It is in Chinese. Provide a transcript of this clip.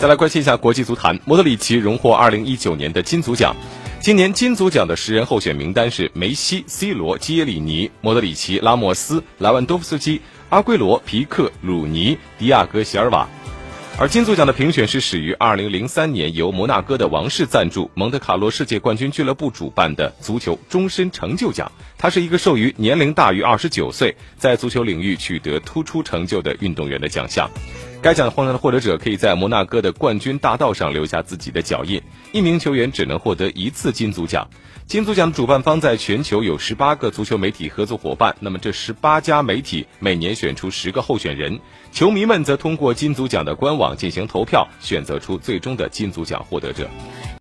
再来关心一下国际足坛，莫德里奇荣获2019年的金足奖。今年金足奖的10人候选名单是梅西、C 罗、基耶里尼、莫德里奇、拉莫斯、莱万多夫斯基、阿圭罗、皮克、鲁尼、迪亚哥席尔瓦。而金足奖的评选是始于2003年，由摩纳哥的王室赞助，蒙特卡洛世界冠军俱乐部主办的足球终身成就奖。它是一个授予年龄大于29岁，在足球领域取得突出成就的运动员的奖项。该奖的获得者可以在摩纳哥的冠军大道上留下自己的脚印。一名球员只能获得1次金足奖。金足奖的主办方在全球有18个足球媒体合作伙伴，那么这18家媒体每年选出10个候选人，球迷们则通过金足奖的官网进行投票，选择出最终的金足奖获得者。